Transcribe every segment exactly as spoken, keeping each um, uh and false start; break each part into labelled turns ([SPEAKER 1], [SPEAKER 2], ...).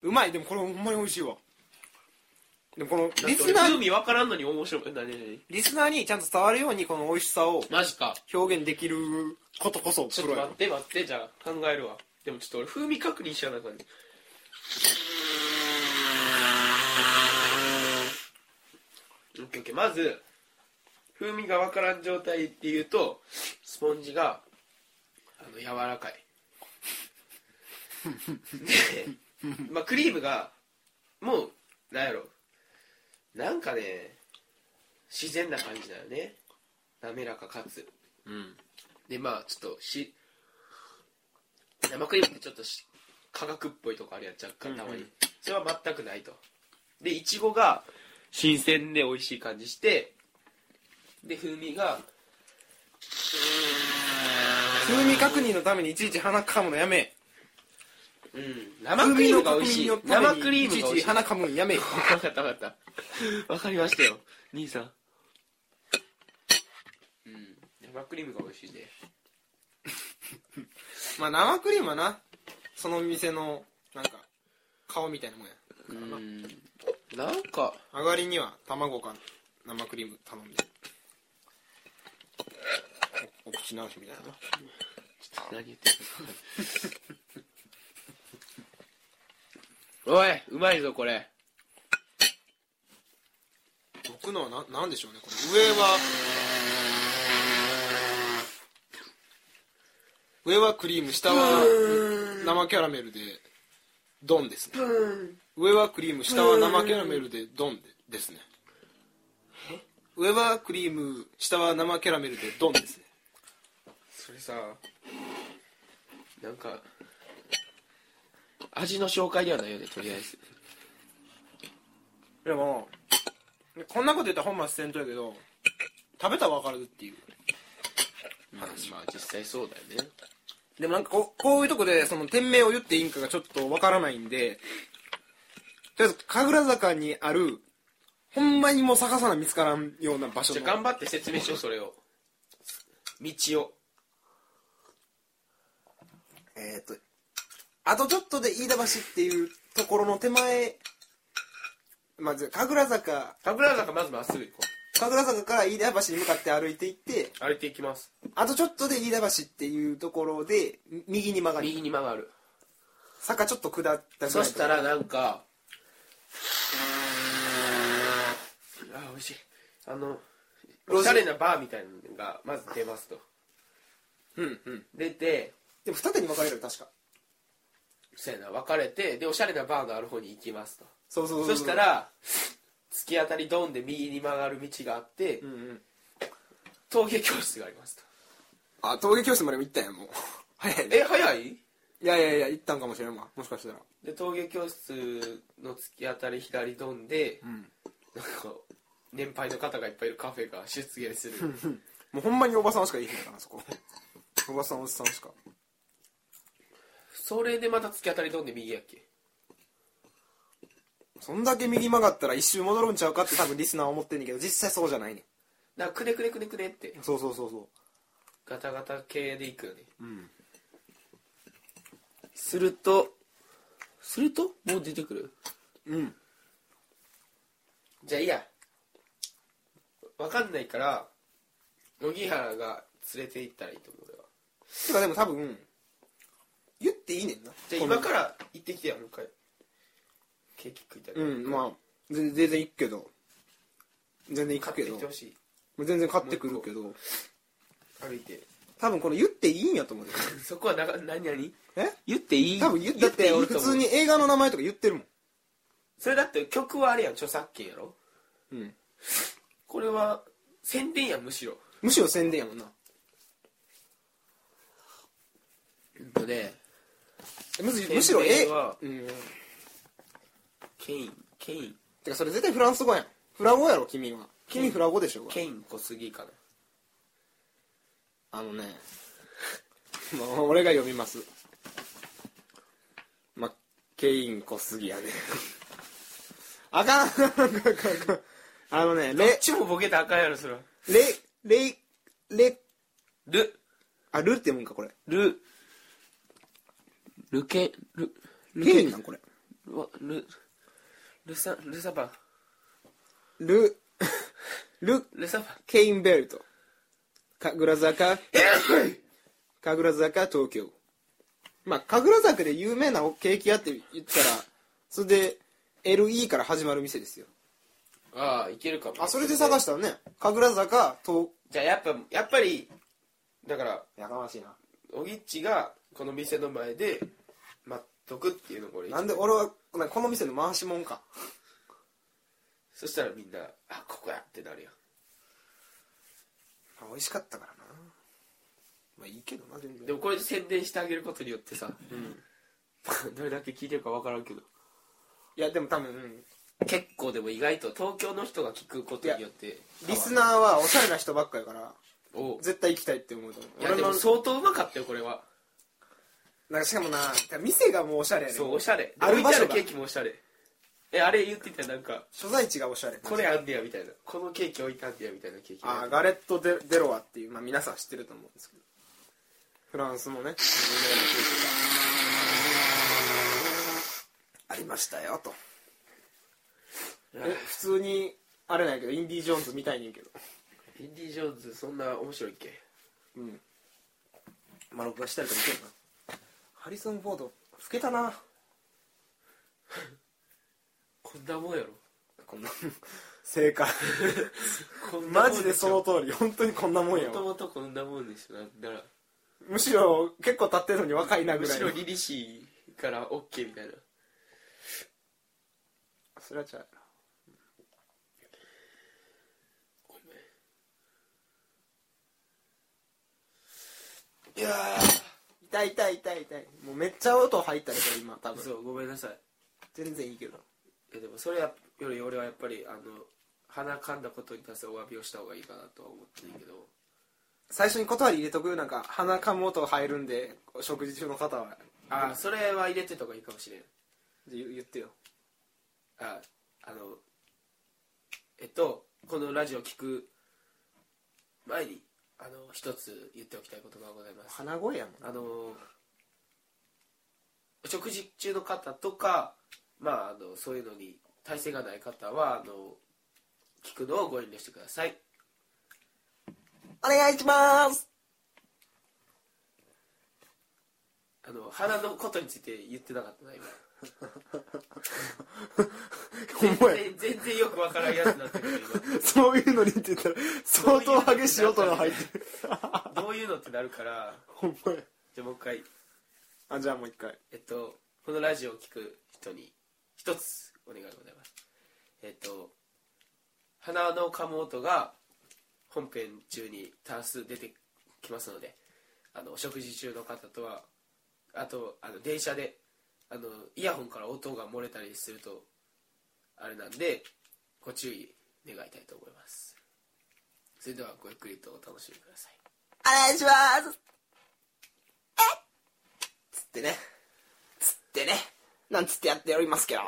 [SPEAKER 1] うまい。でもこれほんまに美味しいわ。でもこの
[SPEAKER 2] リスナー風味分からんのに面白い。何何
[SPEAKER 1] リスナーにちゃんと伝わるようにこの美味しさを
[SPEAKER 2] マジか
[SPEAKER 1] 表現できることこそ
[SPEAKER 2] ちょっと待って待ってじゃあ考えるわ。でもちょっと俺風味確認しちゃうな感じ。オッケーオッケー。まず風味が分からん状態っていうとスポンジがあの柔らかいで、まあ、クリームがもうなんやろなんかね自然な感じだよね。滑らかかつ、うん、でまあちょっとし生クリームってちょっとし化学っぽいとこあるやっちゃうかたまに、うんうん、それは全くないと。でいちごが新鮮で美味しい感じして、で風味が
[SPEAKER 1] 風味確認のためにいちいち鼻かむのやめ。
[SPEAKER 2] うん、生クリームが美味しい。生クリームが美味しい。
[SPEAKER 1] いちいち鼻かむのやめ。
[SPEAKER 2] 分かった分かった分かりましたよ兄さん。うん、生クリームが美味しいね
[SPEAKER 1] まあ生クリームはなその店のなんか顔みたいなもんやからな。
[SPEAKER 2] うんなんか
[SPEAKER 1] 上がりには卵か生クリーム頼んで お, お口直しみたいな。
[SPEAKER 2] 何言ってるおいうまいぞこれ。
[SPEAKER 1] 僕のはななんでしょうねこれ。上は上はクリーム下は生キャラメルでドンですね。上はクリーム下は生キャラメルでドンでですね。上はクリーム下は生キャラメルでドンですね。
[SPEAKER 2] それさなんか味の紹介ではないよねとりあえず。
[SPEAKER 1] でもこんなこと言ったら本末転倒やけど食べたら分かるっていう
[SPEAKER 2] 話、まあ実際そうだよね。
[SPEAKER 1] でもなんかこ う, こういうとこでその店名を言っていいんかがちょっと分からないんで、とりあえず神楽坂にあるほんまにもう逆さな見つからんような場所の。
[SPEAKER 2] じゃあ頑張って説明しようそれを道を。
[SPEAKER 1] えっとあとちょっとで飯田橋っていうところの手前、まず神楽坂
[SPEAKER 2] 神楽坂まずまっすぐ行こう。
[SPEAKER 1] 神楽坂から飯田橋に向かって歩いていって
[SPEAKER 2] 歩いていきます。
[SPEAKER 1] あとちょっとで飯田橋っていうところで右に曲がる。
[SPEAKER 2] 右に曲がる
[SPEAKER 1] 坂ちょっと下ったぐらい。
[SPEAKER 2] そしたらなんかあ美味しいあのおしゃれなバーみたいなのがまず出ますと。
[SPEAKER 1] うんうん
[SPEAKER 2] 出て
[SPEAKER 1] でも二手に分かれる確か。
[SPEAKER 2] そうやな分かれてでおしゃれなバーのある方に行きますと。
[SPEAKER 1] そうそうそうそう。
[SPEAKER 2] そしたら突き当たりドンで右に曲がる道があって、うんうん、陶芸教室がありますと。
[SPEAKER 1] あ陶芸教室までも行ったんやもう早いね。
[SPEAKER 2] え早い？
[SPEAKER 1] いやいやいや行ったんかもしれんわもしかしたら。
[SPEAKER 2] で陶芸教室の突き当たり左ドンで、うん、なんか年配の方がいっぱいいるカフェが出現する
[SPEAKER 1] もうほんまにおばさんしかいないからそこおばさんおじさんしか。
[SPEAKER 2] それでまた突き当たりドンで右やっけ。
[SPEAKER 1] そんだけ右曲がったら一周戻るんちゃうかって多分リスナーは思ってんねんけど実際そうじゃないねん。
[SPEAKER 2] だからくねくねくねくねって
[SPEAKER 1] そうそうそうそう
[SPEAKER 2] ガタガタ系でいくよね。
[SPEAKER 1] うん
[SPEAKER 2] するとするともう出てくる。
[SPEAKER 1] うん
[SPEAKER 2] じゃあいいや分かんないから乃木原が連れて行ったらいいと思う俺は。
[SPEAKER 1] てかでも多分言っていいねんな。
[SPEAKER 2] じゃあ今から行ってきてやもう一回ケーキ食いたい。
[SPEAKER 1] うんまあ全然行くけど全然行くけど
[SPEAKER 2] 買ってきてほしい。
[SPEAKER 1] 全然買ってくるけど
[SPEAKER 2] 歩いて
[SPEAKER 1] 多分これ言っていいんやと思う
[SPEAKER 2] そこはな何何
[SPEAKER 1] え
[SPEAKER 2] 言っていい。
[SPEAKER 1] 多分言ってだって俺普通に映画の名前とか言ってるもん。
[SPEAKER 2] それだって曲はあれやん著作権やろ。
[SPEAKER 1] うん
[SPEAKER 2] これは宣伝やんむしろ
[SPEAKER 1] むしろ宣伝やもんな。
[SPEAKER 2] うんとね
[SPEAKER 1] むしむしろえ
[SPEAKER 2] は、うん、ケインケイン
[SPEAKER 1] てかそれ絶対フランス語やん。フラ語やろ君は。君フラ語でしょ。
[SPEAKER 2] ケイン小杉かな。
[SPEAKER 1] あのねもう俺が読みます。まケイン小杉やねあかんあのね
[SPEAKER 2] どっちもボケたらあかんやろそれは。
[SPEAKER 1] レレレ
[SPEAKER 2] ル
[SPEAKER 1] あルってもんかこれ。
[SPEAKER 2] ルルケルル
[SPEAKER 1] ケインなんこれ。
[SPEAKER 2] ルルサルサパン
[SPEAKER 1] ルル
[SPEAKER 2] ルサパン
[SPEAKER 1] ケインベルト神楽坂神楽坂東京。まあ神楽坂で有名なケーキ屋って言ったらそれで エルイー から始まる店ですよ。
[SPEAKER 2] ああいけるかも。
[SPEAKER 1] あそれで探したらね神楽坂と
[SPEAKER 2] じゃあやっぱやっぱりだから
[SPEAKER 1] やかましいな。
[SPEAKER 2] おぎっちがこの店の前で待っとくっていうのこれ
[SPEAKER 1] なんで俺はこの店の回しもんか。
[SPEAKER 2] そしたらみんなあここやってなるよ。
[SPEAKER 1] 美味しかったからな。まあいいけどな全然。
[SPEAKER 2] でもこれで宣伝してあげることによってさ、うん、どれだけ聞いてるか分からんけど
[SPEAKER 1] いやでも多分、うん、
[SPEAKER 2] 結構でも意外と東京の人が聞くことによって
[SPEAKER 1] リスナーはおしゃれな人ばっかやから
[SPEAKER 2] お
[SPEAKER 1] 絶対行きたいって思うと思う。
[SPEAKER 2] いやでも相当うまかったよこれは。
[SPEAKER 1] なんかしかもな店がもうおしゃれやね。
[SPEAKER 2] そうおしゃれ
[SPEAKER 1] ある場所が
[SPEAKER 2] ケーキもおしゃれ。えあれ言ってたよなんか
[SPEAKER 1] 所在地がおしゃれ。
[SPEAKER 2] これあんねやみたいなこのケーキ置いたんねやみたいなケーキ。
[SPEAKER 1] ああガレットデ・デロワっていう、まあ、皆さん知ってると思うんですけどフランスのね有名なケーキがありましたよと。え普通にあれなんやけどインディ・ジョーンズ見たいねんけど。
[SPEAKER 2] インディ・ジョーンズそんな面白いっけ。
[SPEAKER 1] うんまあ録画したりとか見てるな。ハリソン・フォード老けたな
[SPEAKER 2] こんなもんやろ
[SPEAKER 1] こんな正解マジでその通り本当にこんなもんやわ。
[SPEAKER 2] もともとこんなもんでしょ。なんだら
[SPEAKER 1] むしろ結構経ってるのに若いなぐらい。
[SPEAKER 2] むしろリリシーから OK みたいな。
[SPEAKER 1] それはちゃう
[SPEAKER 2] ごめん。いや
[SPEAKER 1] 痛い痛い痛い痛い。もうめっちゃ音入ったでこれ今多分。
[SPEAKER 2] そうごめんなさい。
[SPEAKER 1] 全然いいけど。
[SPEAKER 2] いやでもそれより俺はやっぱりあの鼻かんだことに対するお詫びをした方がいいかなとは思ってるけど。
[SPEAKER 1] 最初に断り入れとく。なんか鼻かむ音入るんで食事中の方は。
[SPEAKER 2] ああそれは入れてた方がいいかもしれん。
[SPEAKER 1] 言ってよ。
[SPEAKER 2] ああのえっとこのラジオ聞く前にあの一つ言っておきたいことがございます。
[SPEAKER 1] 鼻声やもん。
[SPEAKER 2] あのお食事中の方とかまああのそういうのに耐性がない方はあの聞くのをご遠慮してください。
[SPEAKER 1] お願いします。
[SPEAKER 2] あの鼻のことについて言ってなかったな今全然全然よくわからんやつになってくる今
[SPEAKER 1] そういうのにって言ったら相当激しい音が入ってる
[SPEAKER 2] どういうのってなるから
[SPEAKER 1] ほんまや。
[SPEAKER 2] じゃあもう一回
[SPEAKER 1] あじゃあもう一回
[SPEAKER 2] えっとこのラジオを聞く人に一つお願いがございます。えっと鼻の噛む音が本編中に多数出てきますのであのお食事中の方とはあとあの電車であのイヤホンから音が漏れたりするとあれなんでご注意願いたいと思います。それではごゆっくりとお楽しみください。
[SPEAKER 1] お願いしますえっつってねつってねなんつってやっておりますけど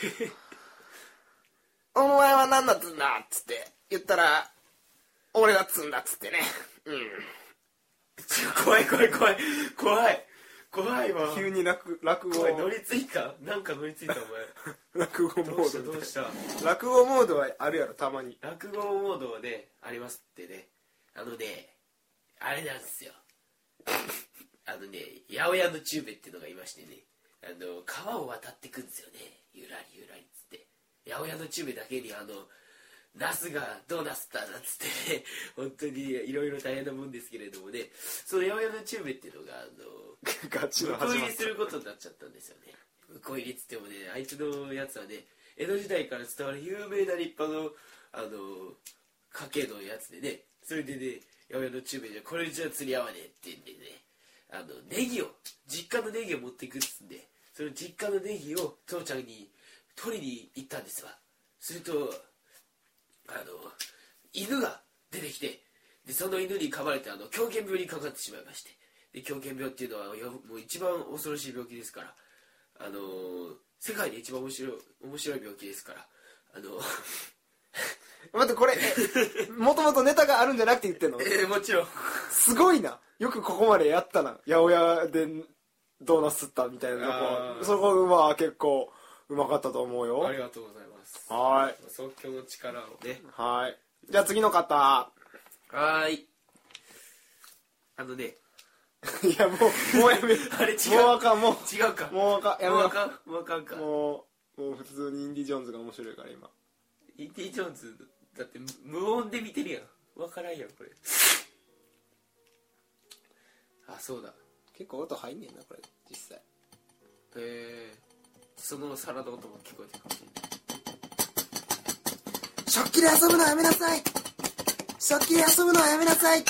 [SPEAKER 1] お前は何だっつんだっつって言ったら俺がつんだっつってねうん
[SPEAKER 2] 怖い怖い怖い怖い怖いわ。
[SPEAKER 1] 急に落落語
[SPEAKER 2] 乗りついたなんか乗りついたお
[SPEAKER 1] 前落語モード
[SPEAKER 2] どうしたどうした
[SPEAKER 1] 落語モードはあるやろたまに。
[SPEAKER 2] 落語モードはねありますってね。あのねあれなんですよあのね八百屋の中兵衛っていうのがいましてねあの川を渡ってくんですよねゆらりゆらりっつって八百屋の中兵衛だけにあのナスがどうなすったなんつってね本当にいろいろ大変なもんですけれどもねその八百屋の中兵衛っていうのがあの
[SPEAKER 1] ガチの
[SPEAKER 2] 向こう入りすることになっちゃったんですよね。向こう入りっつってもねあいつのやつはね江戸時代から伝わる有名な立派のあの家系のやつでねそれでね八百屋の中兵衛じゃこれじゃ釣り合わねえって言うんでねあのネギを実家のネギを持っていくっつんでその実家のネギを父ちゃんに取りに行ったんですわ。するとあの犬が出てきてでその犬に噛まれてあの狂犬病にかかってしまいましてで狂犬病っていうのはもう一番恐ろしい病気ですからあの世界で一番面白い面白い病気ですからあの
[SPEAKER 1] 待ってこれもともとネタがあるんじゃなくて言ってんの？
[SPEAKER 2] えー、もちろんす
[SPEAKER 1] ごいなよくここまでやったな八百屋でドーナツ吸ったみたいなそこは結構うまかったと思うよ。
[SPEAKER 2] ありがとうございます。
[SPEAKER 1] はーい。
[SPEAKER 2] 即興の力をね。
[SPEAKER 1] はーい。じゃあ次の方。
[SPEAKER 2] はーい。あのね。
[SPEAKER 1] いやもうもうやめ
[SPEAKER 2] あれ違う。
[SPEAKER 1] もうあかんもう
[SPEAKER 2] 違うか。
[SPEAKER 1] もうあかんやめよ
[SPEAKER 2] もうあかん。もうあかんか。
[SPEAKER 1] もうもう普通にインディ・ジョーンズが面白いから今。
[SPEAKER 2] インディ・ジョーンズだって無音で見てるやん。わからんやんこれ。あ、そうだ。
[SPEAKER 1] 結構音入んねんなこれ実際。へ
[SPEAKER 2] えー、その皿の音も聞こえてるかもしれない。
[SPEAKER 1] 食器で遊ぶのはやめなさい。食器で遊ぶのはやめなさい。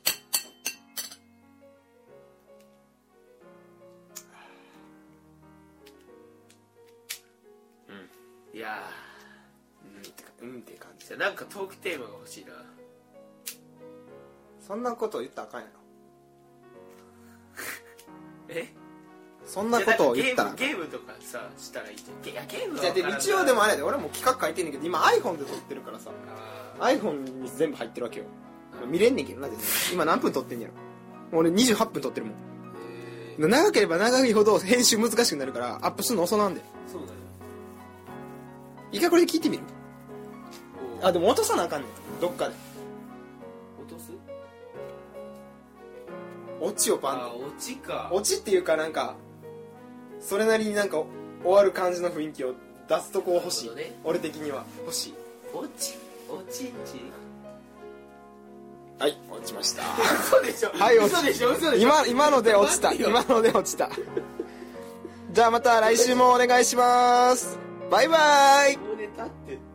[SPEAKER 1] うん。
[SPEAKER 2] いや
[SPEAKER 1] ー、うんって感じ。
[SPEAKER 2] じゃあなんかトークテーマが欲しいな。
[SPEAKER 1] そんなこと言ったらあかんやろ。
[SPEAKER 2] え？
[SPEAKER 1] そんなことを言ったら
[SPEAKER 2] ゲームゲームとかさしたらいいじゃん。いやゲームは
[SPEAKER 1] じゃあで一応でもあれやで俺も企画書いてんねんけど今 iPhone で撮ってるからさ iPhone に全部入ってるわけよ。見れんねんけどな全然。今何分撮ってんやろ。俺にじゅうはっぷん撮ってるもん。長ければ長いほど編集難しくなるからアップするの遅なんで。
[SPEAKER 2] そうだよ。
[SPEAKER 1] 一回これで聞いてみる。あでも落とさなあかんねんどっかで。
[SPEAKER 2] 落とす？
[SPEAKER 1] オチをパン
[SPEAKER 2] あオチか。
[SPEAKER 1] オチっていうかなんかそれなりになんか終わる感じの雰囲気を出すとこ欲しい、ね、俺的には欲しい。
[SPEAKER 2] オチオチチ
[SPEAKER 1] はい落ちました。
[SPEAKER 2] 嘘でしょ。
[SPEAKER 1] はい
[SPEAKER 2] 嘘でしょ。嘘でしょ。
[SPEAKER 1] 今今ので落ちた。今ので落ちた。じゃあまた来週もお願いします。バイバイ。
[SPEAKER 2] もうね、立って